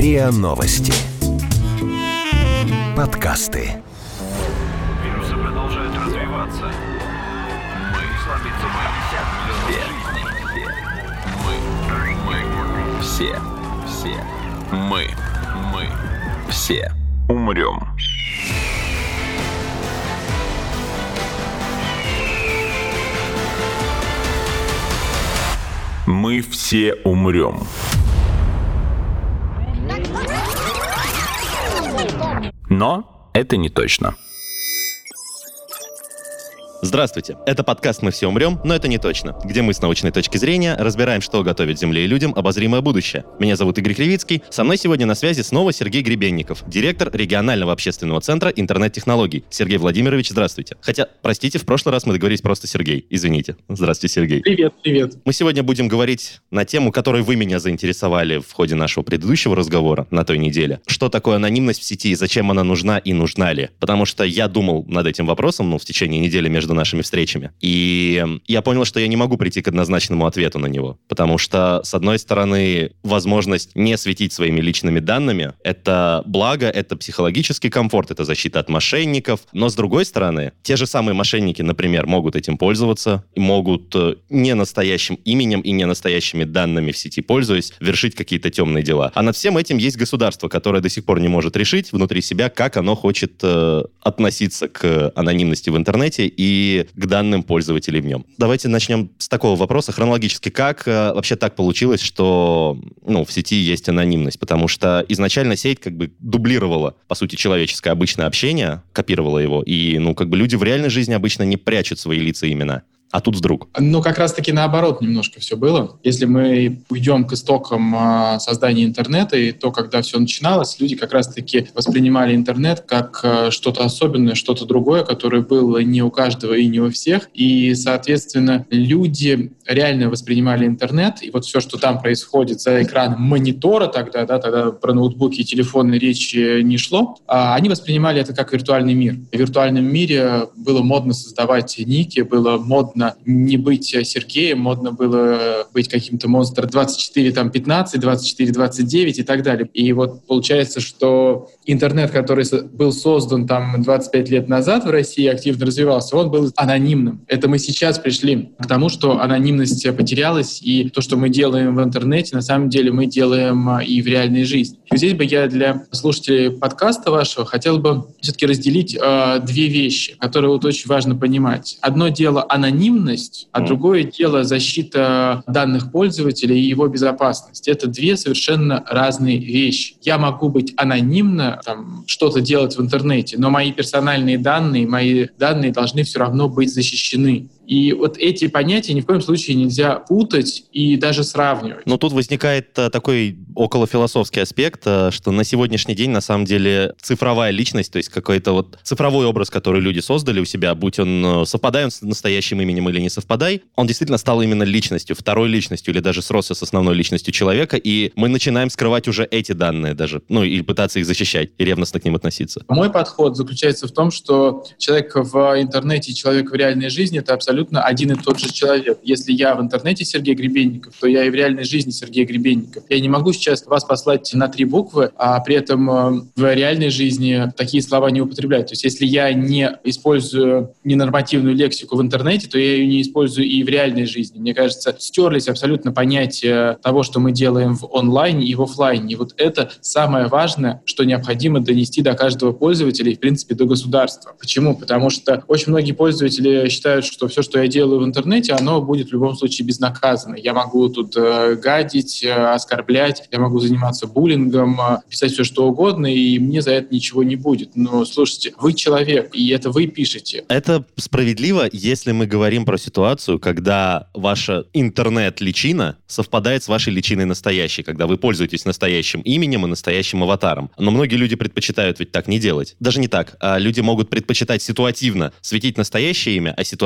РИА Новости. Подкасты. Вирусы продолжают развиваться. Мы слабится мы все умрем. Мы все умрем. Но это не точно. Здравствуйте, это подкаст «Мы все умрем, но это не точно», где мы с научной точки зрения разбираем, что готовит Земле и людям обозримое будущее. Меня зовут Игорь Кривицкий, со мной сегодня на связи снова Сергей Гребенников, директор регионального общественного центра интернет-технологий. Сергей Владимирович, здравствуйте. Хотя, простите, в прошлый раз мы договорились просто Сергей, извините. Здравствуйте, Сергей. Привет. Мы сегодня будем говорить на тему, которой вы меня заинтересовали в ходе нашего предыдущего разговора на той неделе. Что такое анонимность в сети, зачем она нужна и нужна ли? Потому что я думал над этим вопросом, в течение недели между нашими встречами. И я понял, что я не могу прийти к однозначному ответу на него. Потому что, с одной стороны, возможность не светить своими личными данными — это благо, это психологический комфорт, это защита от мошенников. Но, с другой стороны, те же самые мошенники, например, могут этим пользоваться, и могут не настоящим именем и не настоящими данными в сети пользуясь, вершить какие-то темные дела. А над всем этим есть государство, которое до сих пор не может решить внутри себя, как оно хочет относиться к анонимности в интернете и к данным пользователей в нем. Давайте начнем с такого вопроса хронологически. Как вообще так получилось, что в сети есть анонимность? Потому что изначально сеть дублировала, по сути, человеческое обычное общение, копировала его, и люди в реальной жизни обычно не прячут свои лица и имена. А тут вдруг. Как раз-таки наоборот немножко все было. Если мы уйдем к истокам создания интернета, и то, когда все начиналось, люди как раз-таки воспринимали интернет как что-то особенное, что-то другое, которое было не у каждого и не у всех. И, соответственно, люди реально воспринимали интернет, и вот все, что там происходит за экраном монитора тогда про ноутбуки и телефоны речи не шло, они воспринимали это как виртуальный мир. В виртуальном мире было модно создавать ники, было модно не быть Сергеем, модно было быть каким-то монстром 24-15, 24-29 и так далее. И вот получается, что интернет, который был создан 25 лет назад в России, активно развивался, он был анонимным. Это мы сейчас пришли к тому, что анонимность потерялась, и то, что мы делаем в интернете, на самом деле мы делаем и в реальной жизни. И здесь бы я для слушателей подкаста вашего хотел бы все-таки разделить две вещи, которые очень важно понимать. Одно дело анонимность, а другое дело защита данных пользователя и его безопасность. Это две совершенно разные вещи. Я могу быть анонимно, что-то делать в интернете, но мои персональные данные, должны все равно быть защищены. И вот эти понятия ни в коем случае нельзя путать и даже сравнивать. Но тут возникает такой околофилософский аспект, что на сегодняшний день на самом деле цифровая личность, то есть какой-то цифровой образ, который люди создали у себя, будь он совпадает с настоящим именем или не совпадай, он действительно стал именно личностью, второй личностью или даже сросся с основной личностью человека, и мы начинаем скрывать уже эти данные даже, или пытаться их защищать и ревностно к ним относиться. Мой подход заключается в том, что человек в интернете и человек в реальной жизни — это абсолютно один и тот же человек. Если я в интернете Сергей Гребенников, то я и в реальной жизни Сергей Гребенников. Я не могу сейчас вас послать на 3 буквы, а при этом в реальной жизни такие слова не употреблять. То есть если я не использую ненормативную лексику в интернете, то я ее не использую и в реальной жизни. Мне кажется, стерлись абсолютно понятия того, что мы делаем в онлайне и в офлайне. И вот это самое важное, что необходимо донести до каждого пользователя и, в принципе, до государства. Почему? Потому что очень многие пользователи считают, что все, что я делаю в интернете, оно будет в любом случае безнаказанно. Я могу тут гадить, оскорблять, я могу заниматься буллингом, писать все, что угодно, и мне за это ничего не будет. Но слушайте, вы человек, и это вы пишете. Это справедливо, если мы говорим про ситуацию, когда ваша интернет-личина совпадает с вашей личиной настоящей, когда вы пользуетесь настоящим именем и настоящим аватаром. Но многие люди предпочитают ведь так не делать. Даже не так. Люди могут предпочитать ситуативно светить настоящее имя, а ситуативно пользоваться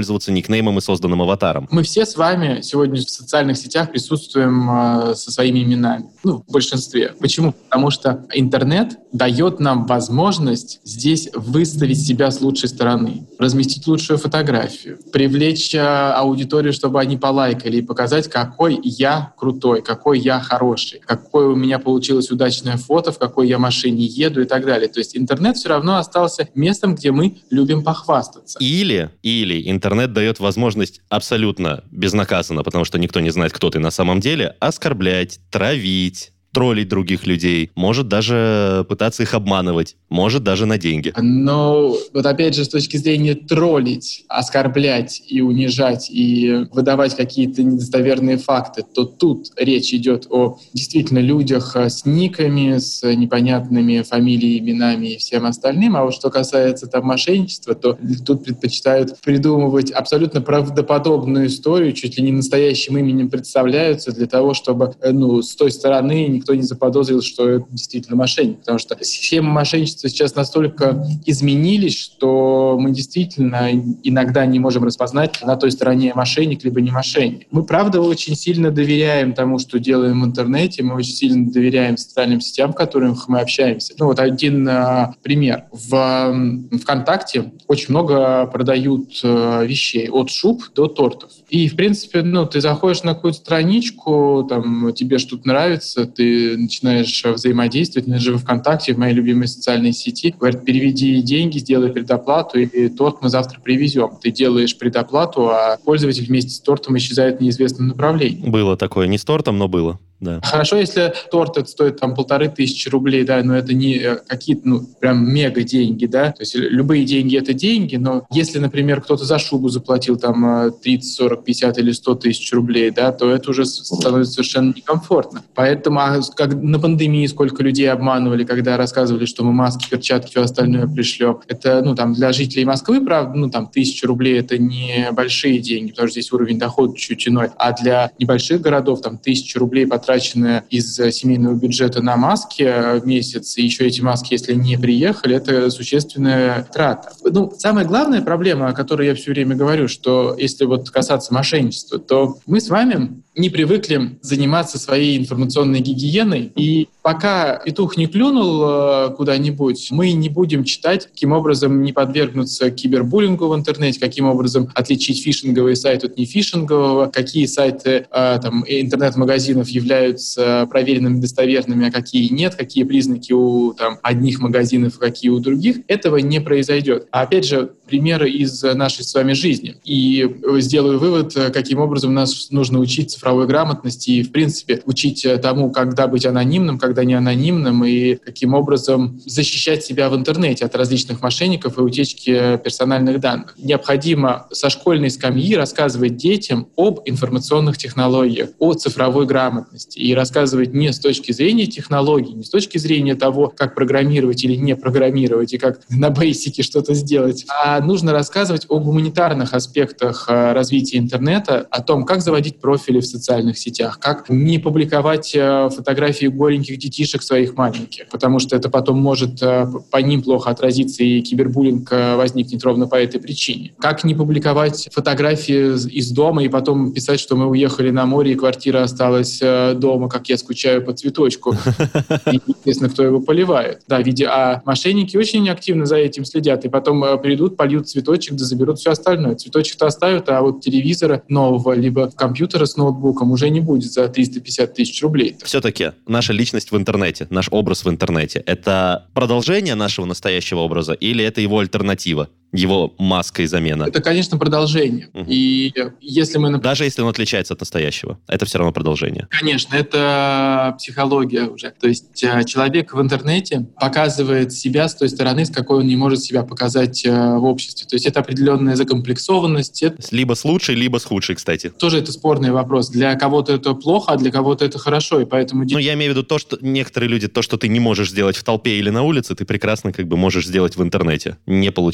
пользоваться никнеймом и созданным аватаром. Мы все с вами сегодня в социальных сетях присутствуем со своими именами. В большинстве. Почему? Потому что интернет дает нам возможность здесь выставить себя с лучшей стороны, разместить лучшую фотографию, привлечь аудиторию, чтобы они полайкали и показать, какой я крутой, какой я хороший, какое у меня получилось удачное фото, в какой я машине еду и так далее. То есть интернет все равно остался местом, где мы любим похвастаться. Или интернет дает возможность абсолютно безнаказанно, потому что никто не знает, кто ты на самом деле, оскорблять, травить, троллить других людей, может даже пытаться их обманывать, может даже на деньги. Но вот опять же, с точки зрения троллить, оскорблять и унижать, и выдавать какие-то недостоверные факты, то тут речь идет о действительно людях с никами, с непонятными фамилиями, именами и всем остальным. А вот что касается там мошенничества, то тут предпочитают придумывать абсолютно правдоподобную историю, чуть ли не настоящим именем представляются для того, чтобы с той стороны никто не заподозрил, что это действительно мошенник. Потому что схемы мошенничества сейчас настолько изменились, что мы действительно иногда не можем распознать, на той стороне мошенник либо не мошенник. Мы, правда, очень сильно доверяем тому, что делаем в интернете, мы очень сильно доверяем социальным сетям, в которых мы общаемся. Один пример. В ВКонтакте очень много продают вещей, от шуб до тортов. И, в принципе, ты заходишь на какую-то страничку, тебе что-то нравится, ты начинаешь взаимодействовать. Мы же в ВКонтакте, в моей любимой социальной сети, говорят, переведи деньги, сделай предоплату, и торт мы завтра привезем. Ты делаешь предоплату, а пользователь вместе с тортом исчезает в неизвестном направлении. Было такое, не с тортом, но было. Да. Хорошо, если торт это стоит 1500 рублей, да, но это не какие-то, прям мега деньги, да, то есть любые деньги — это деньги, но если, например, кто-то за шубу заплатил 30, 40, 50 или 100 тысяч рублей, да, то это уже становится совершенно некомфортно. Поэтому как на пандемии сколько людей обманывали, когда рассказывали, что мы маски, перчатки, все остальное пришлем. Это, для жителей Москвы, правда, 1000 рублей — это не большие деньги, потому что здесь уровень дохода чуть иной, а для небольших городов 1000 рублей потраченные из семейного бюджета на маски в месяц, и еще эти маски, если не приехали, это существенная трата. Самая главная проблема, о которой я все время говорю, что если касаться мошенничества, то мы с вами не привыкли заниматься своей информационной гигиеной, и пока петух не клюнул куда-нибудь, мы не будем читать, каким образом не подвергнуться кибербуллингу в интернете, каким образом отличить фишинговый сайт от нефишингового, какие сайты интернет-магазинов являются проверенными, достоверными, а какие нет, какие признаки у одних магазинов, какие у других. Этого не произойдет. А опять же, примеры из нашей с вами жизни. И сделаю вывод, каким образом нас нужно учить цифровой грамотности и, в принципе, учить тому, когда быть анонимным, когда не анонимным, и каким образом защищать себя в интернете от различных мошенников и утечки персональных данных. Необходимо со школьной скамьи рассказывать детям об информационных технологиях, о цифровой грамотности. И рассказывать не с точки зрения технологий, не с точки зрения того, как программировать или не программировать, и как на бейсике что-то сделать, а нужно рассказывать о гуманитарных аспектах развития интернета, о том, как заводить профили в социальных сетях, как не публиковать фотографии голеньких детишек своих маленьких, потому что это потом может по ним плохо отразиться, и кибербуллинг возникнет ровно по этой причине. Как не публиковать фотографии из дома и потом писать, что мы уехали на море, и квартира осталась дома, как я скучаю по цветочку. И неизвестно, кто его поливает. Да, а мошенники очень активно за этим следят, и потом придут, польют цветочек, да заберут все остальное. Цветочек-то оставят, а вот телевизора нового, либо компьютера с ноутбуком уже не будет за 350 тысяч рублей. Все-таки наша личность в интернете, наш образ в интернете — это продолжение нашего настоящего образа или это его альтернатива? Его маска и замена? Это, конечно, продолжение. И если мы... Даже если он отличается от настоящего, это все равно продолжение. Конечно, это психология уже. То есть человек в интернете показывает себя с той стороны, с какой он не может себя показать в обществе. То есть это определенная закомплексованность. Либо с лучшей, либо с худшей, кстати. Тоже это спорный вопрос. Для кого-то это плохо, а для кого-то это хорошо. И поэтому... Я имею в виду то, что некоторые люди, то, что ты не можешь сделать в толпе или на улице, ты прекрасно можешь сделать в интернете, не получив за это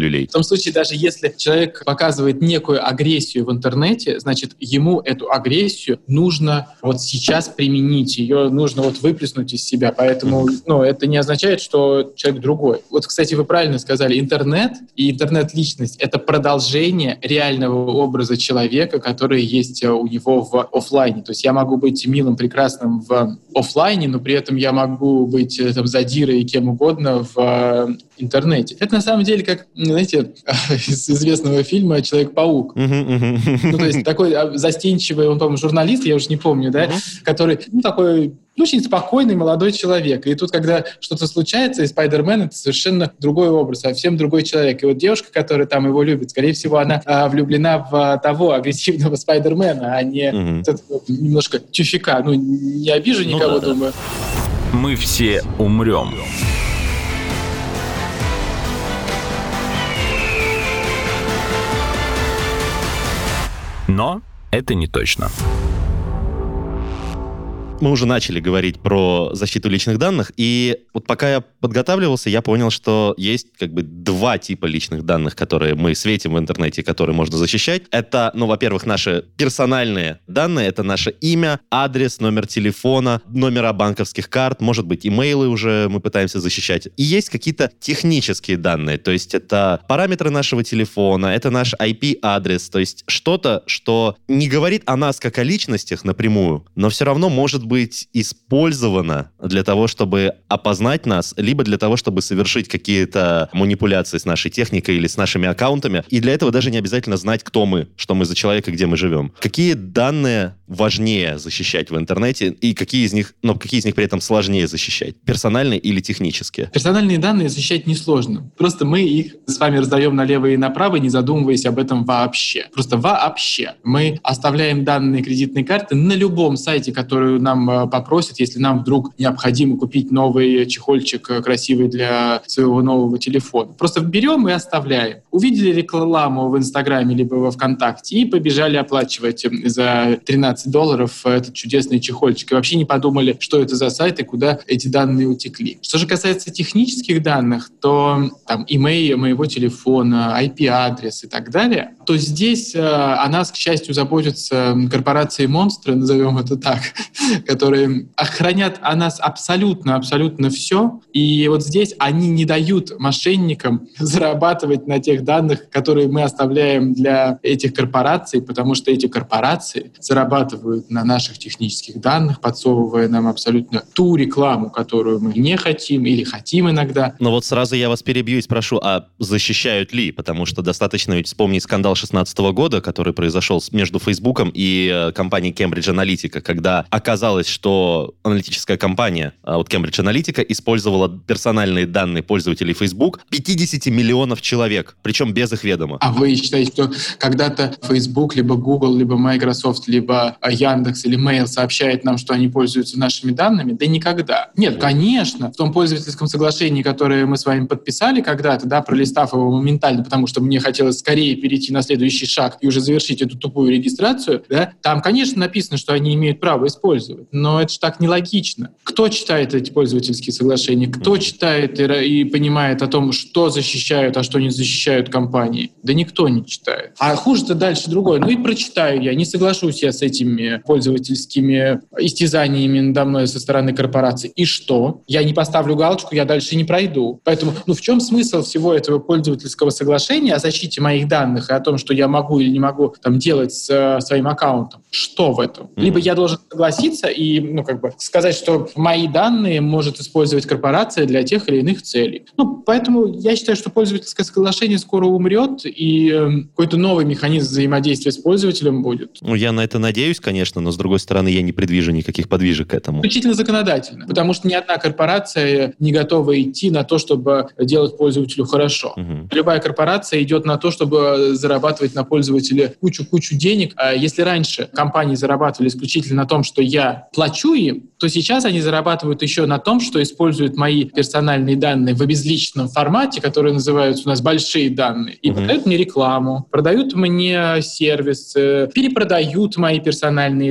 люлей. В том случае, даже если человек показывает некую агрессию в интернете, значит, ему эту агрессию нужно вот сейчас применить, ее нужно вот выплеснуть из себя. Поэтому это не означает, что человек другой. Вот, кстати, вы правильно сказали, интернет и интернет-личность — это продолжение реального образа человека, который есть у него в офлайне. То есть я могу быть милым, прекрасным в офлайне, но при этом я могу быть там задирой и кем угодно в интернете. Это на самом деле как, знаете, из известного фильма «Человек-паук». То есть такой застенчивый, он, по-моему, журналист, я уже не помню, да, который, такой очень спокойный молодой человек. И тут, когда что-то случается, и Спайдермен — это совершенно другой образ, совсем другой человек. И вот девушка, которая там его любит, скорее всего, она влюблена в того агрессивного Спайдермена, а не немножко тюфика. Не обижу никого, думаю. Мы все умрем. Но это не точно. Мы уже начали говорить про защиту личных данных, и вот пока я подготавливался, я понял, что есть как бы два типа личных данных, которые мы светим в интернете, которые можно защищать. Это, во-первых, наши персональные данные, это наше имя, адрес, номер телефона, номера банковских карт, может быть, имейлы уже мы пытаемся защищать. И есть какие-то технические данные, то есть это параметры нашего телефона, это наш IP-адрес, то есть что-то, что не говорит о нас как о личностях напрямую, но все равно может быть использовано для того, чтобы опознать нас, либо для того, чтобы совершить какие-то манипуляции с нашей техникой или с нашими аккаунтами. И для этого даже не обязательно знать, кто мы, что мы за человек и где мы живем. Какие данные важнее защищать в интернете и какие из них при этом сложнее защищать? Персональные или технические? Персональные данные защищать несложно. Просто мы их с вами раздаем налево и направо, не задумываясь об этом вообще. Просто вообще. Мы оставляем данные кредитной карты на любом сайте, который нам попросят, если нам вдруг необходимо купить новый чехольчик красивый для своего нового телефона. Просто берем и оставляем. Увидели рекламу в Инстаграме либо во ВКонтакте и побежали оплачивать за $13 этот чудесный чехольчик. И вообще не подумали, что это за сайт и куда эти данные утекли. Что же касается технических данных, то там имейл моего телефона, IP-адрес и так далее, то здесь о нас, к счастью, заботятся корпорации-монстры, назовем это так, которые охранят о нас абсолютно все. И вот здесь они не дают мошенникам зарабатывать на тех данных, которые мы оставляем для этих корпораций, потому что эти корпорации зарабатывают на наших технических данных, подсовывая нам абсолютно ту рекламу, которую мы не хотим или хотим иногда. Но вот сразу я вас перебью и спрошу, а защищают ли? Потому что достаточно ведь вспомнить скандал 2016 года, который произошел между Фейсбуком и компанией Cambridge Analytica, когда оказалось, что аналитическая компания, вот Cambridge Analytica, использовала персональные данные пользователей Facebook 50 миллионов человек, причем без их ведома. А вы считаете, что когда-то Facebook, либо Google, либо Microsoft, либо Яндекс или Mail сообщает нам, что они пользуются нашими данными? Да никогда. Нет, конечно, в том пользовательском соглашении, которое мы с вами подписали когда-то, да, пролистав его моментально, потому что мне хотелось скорее перейти на следующий шаг и уже завершить эту тупую регистрацию, да, там, конечно, написано, что они имеют право использовать, но это же так нелогично. Кто читает эти пользовательские соглашения? Кто читает и понимает о том, что защищают, а что не защищают компании? Да никто не читает. А хуже-то дальше другое. И прочитаю я, не соглашусь я с этими пользовательскими истязаниями надо мной со стороны корпораций. И что? Я не поставлю галочку, я дальше не пройду. Поэтому, в чем смысл всего этого пользовательского соглашения о защите моих данных и о том, что я могу или не могу там делать с своим аккаунтом? Что в этом? Либо я должен согласиться и, сказать, что мои данные может использовать корпорация для тех или иных целей. Поэтому я считаю, что пользовательское соглашение скоро умрет, и какой-то новый механизм взаимодействия с пользователем будет. Я на это надеюсь, конечно, но, с другой стороны, я не предвижу никаких подвижек к этому. Исключительно законодательно, потому что ни одна корпорация не готова идти на то, чтобы делать пользователю хорошо. Любая корпорация идет на то, чтобы зарабатывать на пользователе кучу денег. Если раньше компании зарабатывали исключительно на том, что я я плачу им, то сейчас они зарабатывают еще на том, что используют мои персональные данные в обезличенном формате, которые называются у нас большие данные, и продают мне рекламу, продают мне сервисы, перепродают мои персональные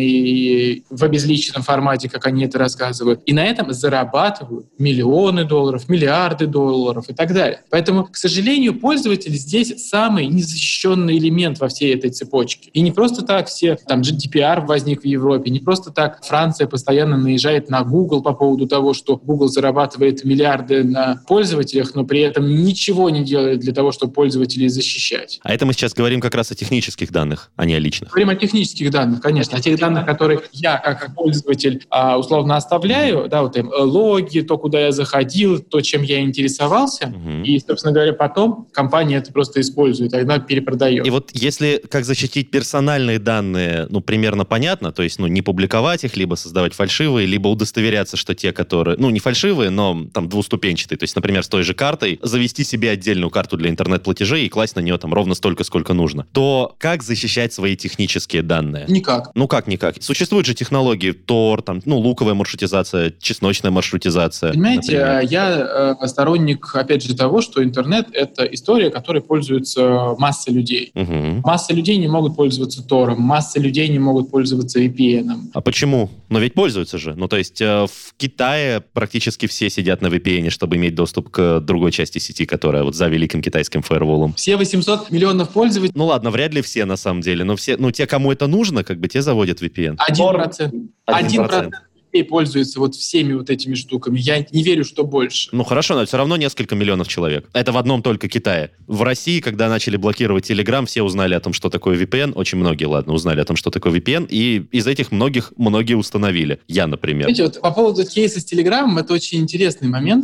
данные в обезличенном формате, как они это рассказывают, и на этом зарабатывают миллионы долларов, миллиарды долларов и так далее. Поэтому, к сожалению, пользователь здесь самый незащищенный элемент во всей этой цепочке. И не просто так все, там, GDPR возник в Европе, не просто так Франция постоянно наезжает на Google по поводу того, что Google зарабатывает миллиарды на пользователях, но при этом ничего не делает для того, чтобы пользователей защищать. А это мы сейчас говорим как раз о технических данных, а не о личных. Говорим о технических данных, конечно, о тех данных, которые я как пользователь условно оставляю, да, вот им логи, то, куда я заходил, то, чем я интересовался, и, собственно говоря, потом компания это просто использует, она перепродает. И вот если как защитить персональные данные, примерно понятно, то есть, не публиковать их, либо создавать фальшивые, либо удостоверяться, что те, которые, не фальшивые, но там двуступенчатые, то есть, например, с той же картой, завести себе отдельную карту для интернет-платежей и класть на нее там ровно столько, сколько нужно, то как защищать свои технические данные? Никак. Никак. Существуют же технологии Tor, там, луковая маршрутизация, чесночная маршрутизация. Понимаете, например. Я сторонник, опять же, того, что интернет — это история, которой пользуется масса людей. Масса людей не могут пользоваться Tor, масса людей не могут пользоваться VPN. А почему? Но ведь пользуются же. То есть в Китае практически все сидят на VPN, чтобы иметь доступ к другой части сети, которая вот за великим китайским фаерволом. Все 800 миллионов пользователей. Ладно, вряд ли все на самом деле, но все, те, кому это нужно, те заводят VPN. 1%. 1% людей пользуются вот всеми вот этими штуками. Я не верю, что больше. Хорошо, но все равно несколько миллионов человек. Это в одном только Китае. В России, когда начали блокировать Telegram, все узнали о том, что такое VPN. Очень многие, узнали о том, что такое VPN. И из этих многие установили. Я, например. Знаете, вот по поводу кейса с Telegram, это очень интересный момент.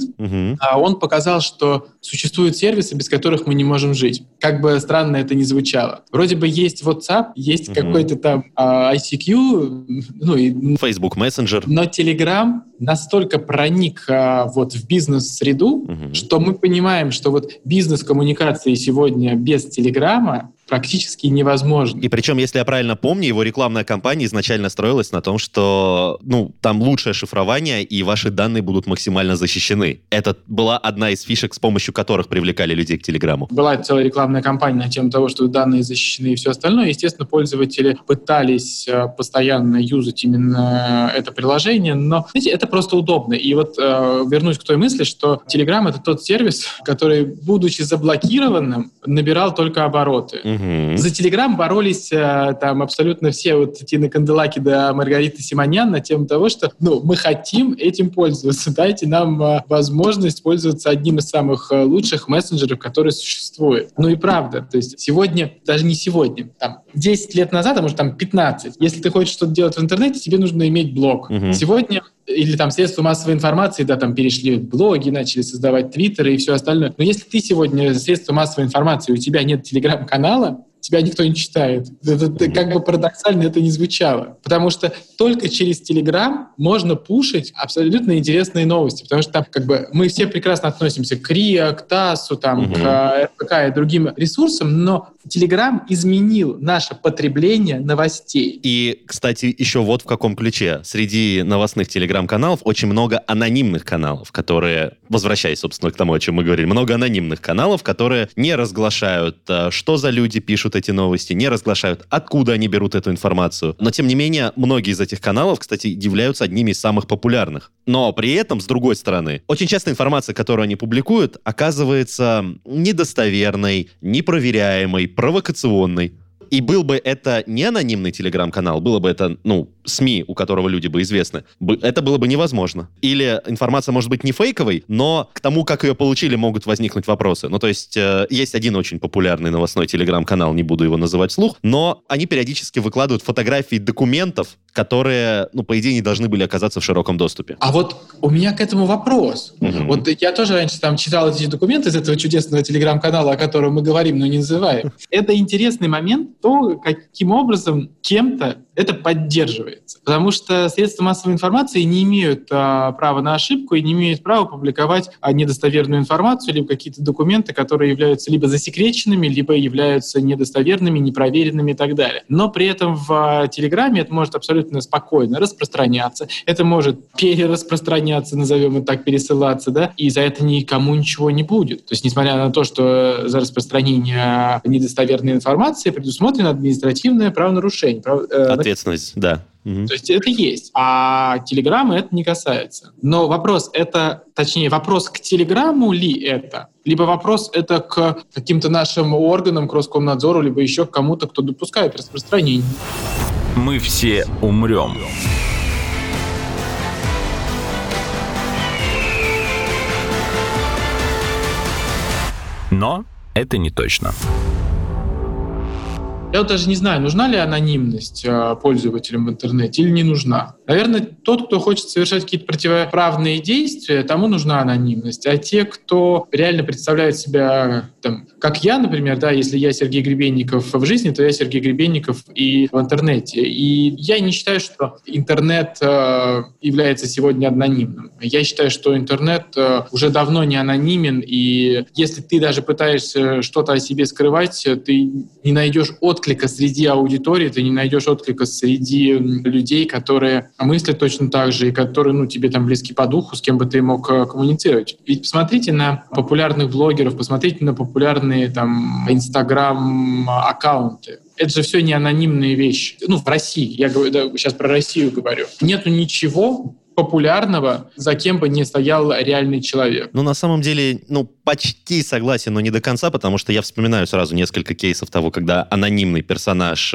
Он показал, что существуют сервисы, без которых мы не можем жить. Как бы странно это ни звучало. Вроде бы есть WhatsApp, есть какой-то там ICQ, и Facebook Messenger. Но Telegram настолько проник в бизнес-среду, что мы понимаем, что вот бизнес-коммуникации сегодня без Телеграма практически невозможно. И причем, если я правильно помню, его рекламная кампания изначально строилась на том, что там лучшее шифрование, и ваши данные будут максимально защищены. Это была одна из фишек, с помощью которых привлекали людей к Телеграму. Была целая рекламная кампания на тему того, что данные защищены и все остальное. Естественно, пользователи пытались постоянно юзать именно это приложение, но, знаете, это просто удобно. И вот вернусь к той мысли, что Telegram — это тот сервис, который, будучи заблокированным, набирал только обороты. За Telegram боролись там абсолютно все вот Тина Канделаки да Маргарита Симонян на тему того, что мы хотим этим пользоваться, дайте нам возможность пользоваться одним из самых лучших мессенджеров, которые существуют. И правда, то есть сегодня, даже не сегодня, там 10 лет назад, а может там 15, если ты хочешь что-то делать в интернете, тебе нужно иметь блог. Сегодня или там средства массовой информации, там перешли в блоги, начали создавать твиттеры и все остальное. Но если ты сегодня средства массовой информации, у тебя нет телеграм-канала, тебя никто не читает. Это, как бы парадоксально это не звучало. Потому что только через Telegram можно пушить абсолютно интересные новости. Потому что там мы все прекрасно относимся к РИА, к ТАССу, к РБК и другим ресурсам, но Telegram изменил наше потребление новостей. И, кстати, еще вот в каком ключе. Среди новостных телеграм-каналов очень много анонимных каналов, которые, возвращаясь, собственно, к тому, о чем мы говорили, много анонимных каналов, которые не разглашают, что за люди пишут эти новости, не разглашают, откуда они берут эту информацию. Но, тем не менее, многие из этих каналов, кстати, являются одними из самых популярных. Но при этом, с другой стороны, очень часто информация, которую они публикуют, оказывается недостоверной, непроверяемой, провокационной. И был бы это не анонимный телеграм-канал, было бы это, СМИ, у которого люди бы известны, это было бы невозможно. Или информация может быть не фейковой, но к тому, как ее получили, могут возникнуть вопросы. То есть есть один очень популярный новостной телеграм-канал, не буду его называть вслух, но они периодически выкладывают фотографии документов, которые, по идее, не должны были оказаться в широком доступе. А вот у меня к этому вопрос. Вот я тоже раньше читал эти документы из этого чудесного телеграм-канала, о котором мы говорим, но не называем. Это интересный момент, то, каким образом кем-то это поддерживается. Потому что средства массовой информации не имеют права на ошибку и не имеют права публиковать недостоверную информацию, либо какие-то документы, которые являются либо засекреченными, либо являются недостоверными, непроверенными и так далее. Но при этом в Телеграме это может абсолютно спокойно распространяться, это может перераспространяться, назовем это так, пересылаться, да, и за это никому ничего не будет. То есть, несмотря на то, что за распространение недостоверной информации предусмотрено административное правонарушение. Ответственность, да. То есть это есть. А Телеграма это не касается. Но вопрос вопрос к Телеграму ли это? Либо вопрос это к каким-то нашим органам, к Роскомнадзору, либо еще к кому-то, кто допускает распространение. Мы все умрем. Но это не точно. Я вот даже не знаю, нужна ли анонимность пользователям в интернете или не нужна. Наверное, тот, кто хочет совершать какие-то противоправные действия, тому нужна анонимность. А те, кто реально представляет себя, как я, например, да, если я Сергей Гребенников в жизни, то я Сергей Гребенников и в интернете. И я не считаю, что интернет является сегодня анонимным. Я считаю, что интернет уже давно не анонимен, и если ты даже пытаешься что-то о себе скрывать, ты не найдешь отклика среди аудитории, ты не найдешь отклика среди людей, которые мыслят точно так же и которые тебе близки по духу, с кем бы ты мог коммуницировать. Ведь посмотрите на популярных блогеров, посмотрите на популярные Инстаграм-аккаунты. Это же все не анонимные вещи. В России, я сейчас про Россию говорю. Нету ничего популярного, за кем бы не стоял реальный человек. На самом деле, почти согласен, но не до конца, потому что я вспоминаю сразу несколько кейсов того, когда анонимный персонаж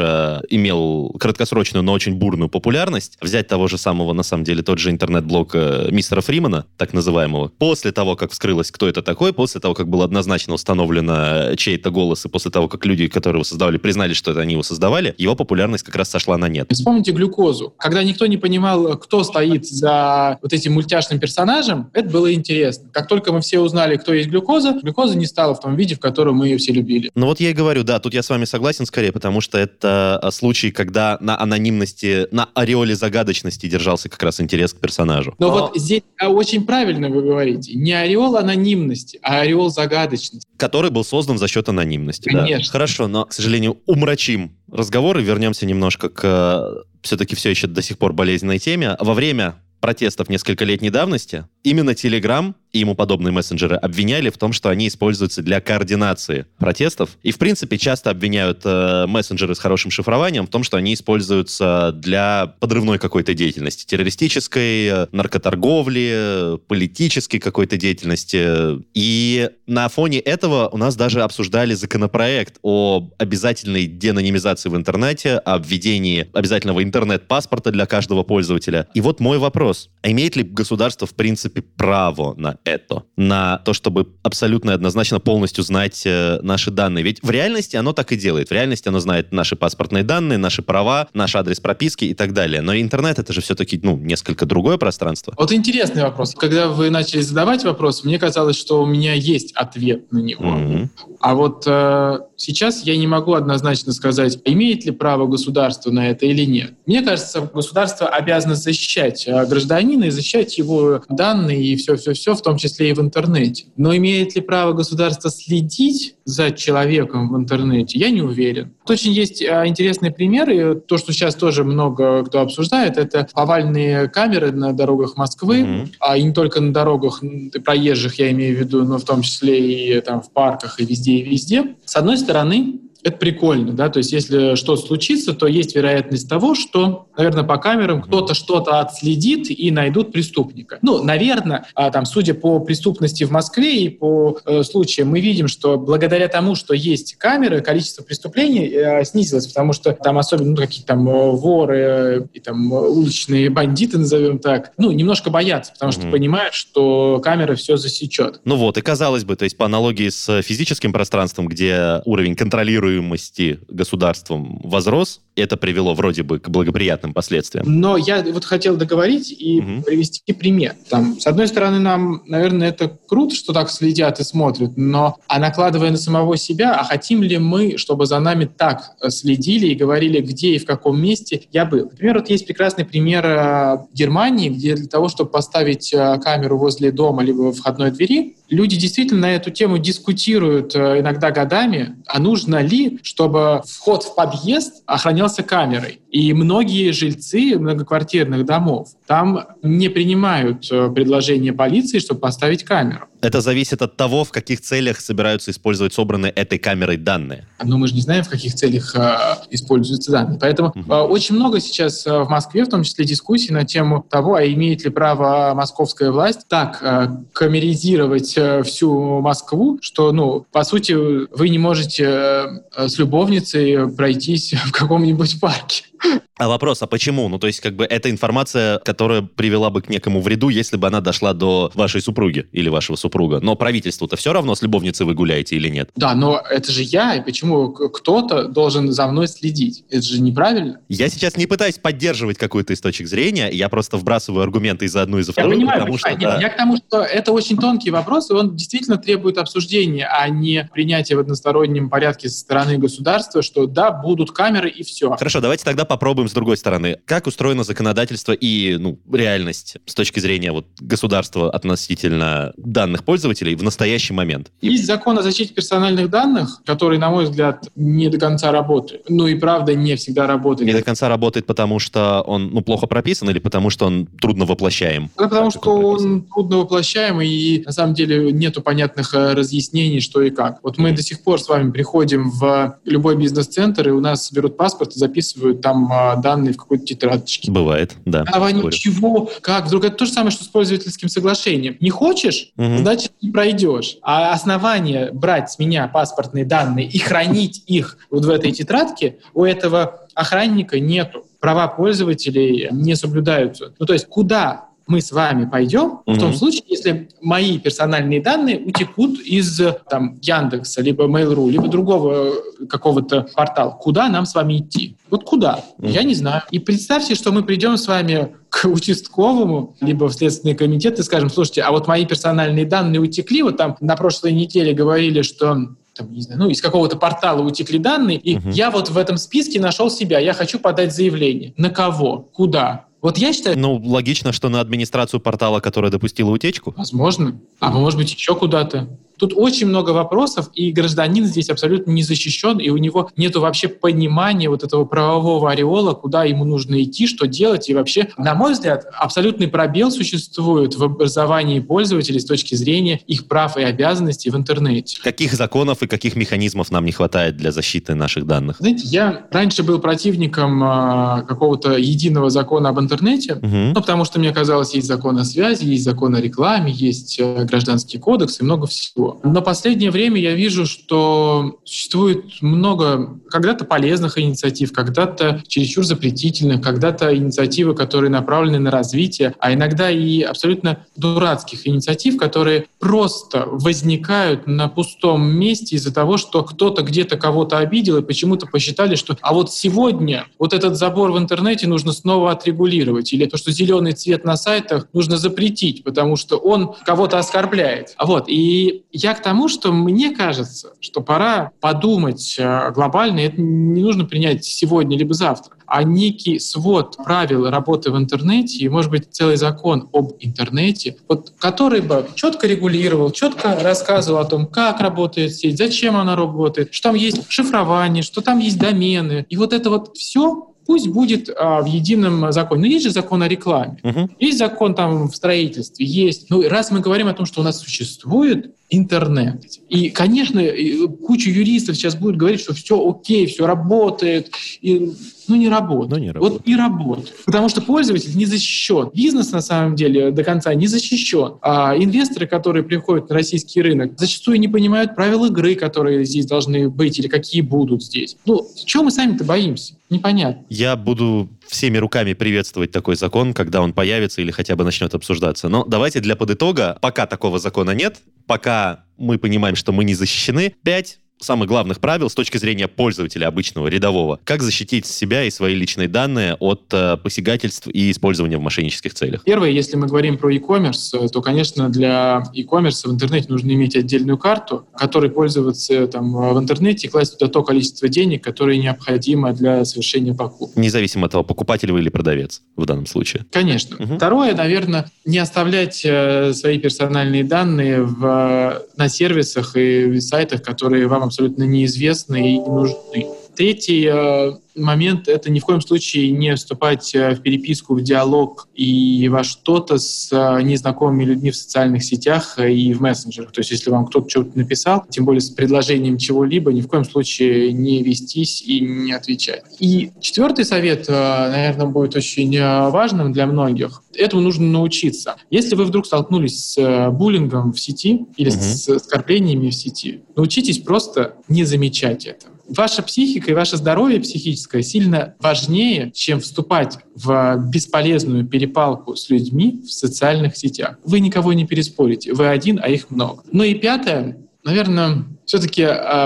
имел краткосрочную, но очень бурную популярность. Взять того же самого, на самом деле, тот же интернет-блог мистера Фримана, так называемого. После того, как вскрылось, кто это такой, после того, как было однозначно установлено чей-то голос, и после того, как люди, которые его создавали, признали, что это они его создавали, его популярность как раз сошла на нет. Вспомните «Глюкозу». Когда никто не понимал, кто стоит за вот этим мультяшным персонажем, это было интересно. Как только мы все узнали, кто есть глюкоза не стала в том виде, в котором мы ее все любили. Я и говорю, да, тут я с вами согласен скорее, потому что это случай, когда на анонимности, на ореоле загадочности держался как раз интерес к персонажу. Но вот здесь очень правильно вы говорите. Не ореол анонимности, а ореол загадочности. Который был создан за счет анонимности. Конечно. Да. Хорошо, но, к сожалению, умрачим разговор и вернемся немножко к все-таки все еще до сих пор болезненной теме. Во время протестов нескольколетней давности именно Telegram и ему подобные мессенджеры обвиняли в том, что они используются для координации протестов. И, в принципе, часто обвиняют мессенджеры с хорошим шифрованием в том, что они используются для подрывной какой-то деятельности. Террористической, наркоторговли, политической какой-то деятельности. И на фоне этого у нас даже обсуждали законопроект о обязательной деанонимизации в интернете, о введении обязательного интернет-паспорта для каждого пользователя. И вот мой вопрос. А имеет ли государство, в принципе, право на это? На то, чтобы абсолютно и однозначно полностью знать наши данные? Ведь в реальности оно так и делает. В реальности оно знает наши паспортные данные, наши права, наш адрес прописки и так далее. Но интернет — это же все-таки, несколько другое пространство. Вот интересный вопрос. Когда вы начали задавать вопрос, мне казалось, что у меня есть ответ на него. Mm-hmm. А вот сейчас я не могу однозначно сказать, имеет ли право государство на это или нет. Мне кажется, государство обязано защищать гражданина и защищать его данные и все-все-все, в том числе и в интернете. Но имеет ли право государство следить за человеком в интернете, я не уверен. Тут очень есть интересные примеры. То, что сейчас тоже много кто обсуждает, это повальные камеры на дорогах Москвы, а и не только на дорогах проезжих, я имею в виду, но в том числе и в парках, и везде, и везде. С одной стороны, это прикольно, да, то есть если что-то случится, то есть вероятность того, что, наверное, по камерам кто-то что-то отследит и найдут преступника. Наверное, судя по преступности в Москве и по случаям, мы видим, что благодаря тому, что есть камеры, количество преступлений снизилось, потому что там особенно какие-то воры и уличные бандиты, назовем так, немножко боятся, потому что понимают, что камера все засечет. И казалось бы, то есть по аналогии с физическим пространством, где уровень контролируемости контролируемости государством возрос, и это привело вроде бы к благоприятным последствиям. Но я вот хотел договорить и привести пример. Там, с одной стороны, нам, наверное, это круто, что так следят и смотрят, но накладывая на самого себя, а хотим ли мы, чтобы за нами так следили и говорили, где и в каком месте я был. Например, вот есть прекрасный пример Германии, где для того, чтобы поставить камеру возле дома либо во входной двери, люди действительно на эту тему дискутируют иногда годами, а нужно ли, чтобы вход в подъезд охранялся камерой. И многие жильцы многоквартирных домов там не принимают предложение полиции, чтобы поставить камеру. Это зависит от того, в каких целях собираются использовать собранные этой камерой данные. Но мы же не знаем, в каких целях используются данные. Поэтому очень много сейчас в Москве, в том числе, дискуссий на тему того, а имеет ли право московская власть так камеризировать всю Москву, что, по сути, вы не можете с любовницей пройтись в каком-нибудь парке. А вопрос, а почему? То есть, это информация, которая привела бы к некому вреду, если бы она дошла до вашей супруги или вашего супруга. Но правительству-то все равно, с любовницей вы гуляете или нет. Да, но это же я, и почему кто-то должен за мной следить? Это же неправильно. Я сейчас не пытаюсь поддерживать какую-то из точек зрения, я просто вбрасываю аргументы и за одну, и за вторую. Я понимаю. Я к тому, что это очень тонкий вопрос, и он действительно требует обсуждения, а не принятия в одностороннем порядке со стороны государства, что да, будут камеры и все. Хорошо, давайте тогда попробуем с другой стороны. Как устроено законодательство и реальность с точки зрения государства относительно данных пользователей в настоящий момент? Есть закон о защите персональных данных, который, на мой взгляд, не до конца работает. И правда не всегда работает. Не до конца работает, потому что он плохо прописан или потому что он трудно воплощаем? Потому что он трудно воплощаем, и на самом деле нету понятных разъяснений, что и как. Вот мы до сих пор с вами приходим в любой бизнес-центр, и у нас берут паспорт и записывают там данные в какой-то тетрадочке. Бывает, да. А ничего, как? Вдруг это то же самое, что с пользовательским соглашением. Не хочешь, значит, не пройдешь. А основание брать с меня паспортные данные и хранить их в этой тетрадке у этого охранника нету. Права пользователей не соблюдаются. То есть куда мы с вами пойдем в том случае, если мои персональные данные утекут из Яндекса, либо Mail.ru, либо другого какого-то портала. Куда нам с вами идти? Вот куда? Я не знаю. И представьте, что мы придем с вами к участковому, либо в Следственный комитет и скажем, слушайте, а вот мои персональные данные утекли, на прошлой неделе говорили, что из какого-то портала утекли данные, и я в этом списке нашел себя, я хочу подать заявление. На кого? Куда? Вот я считаю... логично, что на администрацию портала, которая допустила утечку. Возможно. А может быть, еще куда-то. Тут очень много вопросов, и гражданин здесь абсолютно не защищен, и у него нет вообще понимания этого правового ореола, куда ему нужно идти, что делать. И вообще, на мой взгляд, абсолютный пробел существует в образовании пользователей с точки зрения их прав и обязанностей в интернете. Каких законов и каких механизмов нам не хватает для защиты наших данных? Знаете, я раньше был противником какого-то единого закона об интернете, потому что мне казалось, есть закон о связи, есть закон о рекламе, есть гражданский кодекс и много всего. Но в последнее время я вижу, что существует много когда-то полезных инициатив, когда-то чересчур запретительных, когда-то инициативы, которые направлены на развитие, а иногда и абсолютно дурацких инициатив, которые просто возникают на пустом месте из-за того, что кто-то где-то кого-то обидел и почему-то посчитали, что сегодня этот забор в интернете нужно снова отрегулировать, или то, что зеленый цвет на сайтах нужно запретить, потому что он кого-то оскорбляет. И я к тому, что мне кажется, что пора подумать глобально, это не нужно принять сегодня либо завтра, а некий свод правил работы в интернете и, может быть, целый закон об интернете, который бы четко регулировал, четко рассказывал о том, как работает сеть, зачем она работает, что там есть шифрование, что там есть домены. И это все пусть будет в едином законе. Но есть же закон о рекламе, есть закон в строительстве, есть. Раз мы говорим о том, что у нас существует интернет, и, конечно, куча юристов сейчас будет говорить, что все окей, все работает, не работает. Не работает. Потому что пользователь не защищен. Бизнес, на самом деле, до конца не защищен. А инвесторы, которые приходят на российский рынок, зачастую не понимают правил игры, которые здесь должны быть или какие будут здесь. Чего мы сами-то боимся? Непонятно. Я буду всеми руками приветствовать такой закон, когда он появится или хотя бы начнет обсуждаться. Но давайте для подытога, пока такого закона нет, пока мы понимаем, что мы не защищены, 5 самых главных правил с точки зрения пользователя обычного, рядового. Как защитить себя и свои личные данные от посягательств и использования в мошеннических целях? Первое, если мы говорим про e-commerce, то, конечно, для e-commerce в интернете нужно иметь отдельную карту, которой пользоваться там, в интернете и класть туда то количество денег, которое необходимо для совершения покупки. Независимо от того, покупатель вы или продавец в данном случае. Конечно. Второе, наверное, не оставлять свои персональные данные на сервисах и сайтах, которые вам абсолютно неизвестны и не нужны. Третий момент — это ни в коем случае не вступать в переписку, в диалог и во что-то с незнакомыми людьми в социальных сетях и в мессенджерах. То есть если вам кто-то что-то написал, тем более с предложением чего-либо, ни в коем случае не вестись и не отвечать. И четвертый совет, наверное, будет очень важным для многих. Этому нужно научиться. Если вы вдруг столкнулись с буллингом в сети или с оскорблениями в сети, научитесь просто не замечать это. Ваша психика и ваше здоровье психическое сильно важнее, чем вступать в бесполезную перепалку с людьми в социальных сетях. Вы никого не переспорите. Вы один, а их много. Ну и пятое, наверное, все-таки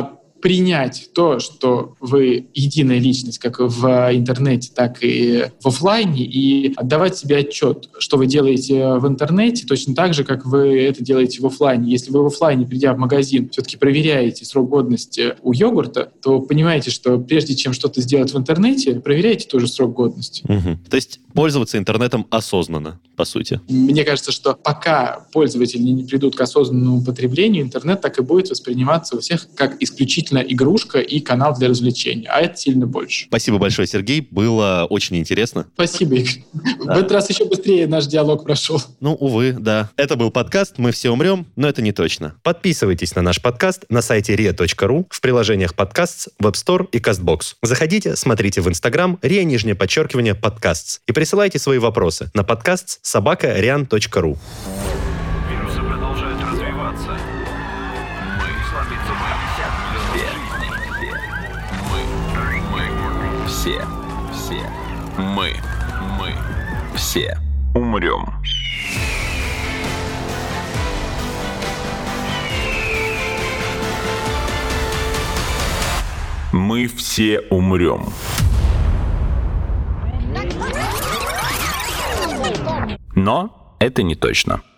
принять то, что вы единая личность, как в интернете, так и в офлайне, и отдавать себе отчет, что вы делаете в интернете, точно так же, как вы это делаете в офлайне. Если вы в офлайне, придя в магазин, все-таки проверяете срок годности у йогурта, то понимаете, что прежде чем что-то сделать в интернете, проверяйте тоже срок годности. То есть пользоваться интернетом осознанно, по сути. Мне кажется, что пока пользователи не придут к осознанному потреблению, интернет так и будет восприниматься у всех как исключительно игрушка и канал для развлечения, а это сильно больше. Спасибо большое, Сергей, было очень интересно. Спасибо, Игорь. Да. В этот раз еще быстрее наш диалог прошел. Ну, увы, да. Это был подкаст «Мы все умрем», но это не точно. Подписывайтесь на наш подкаст на сайте ria.ru, в приложениях подкастс, Web Store и CastBox. Заходите, смотрите в Instagram ria_подкастс и присылайте свои вопросы на подкастс@rian.ru. Вирусы продолжают развиваться. Мы все умрем. Мы все умрем. Но это не точно.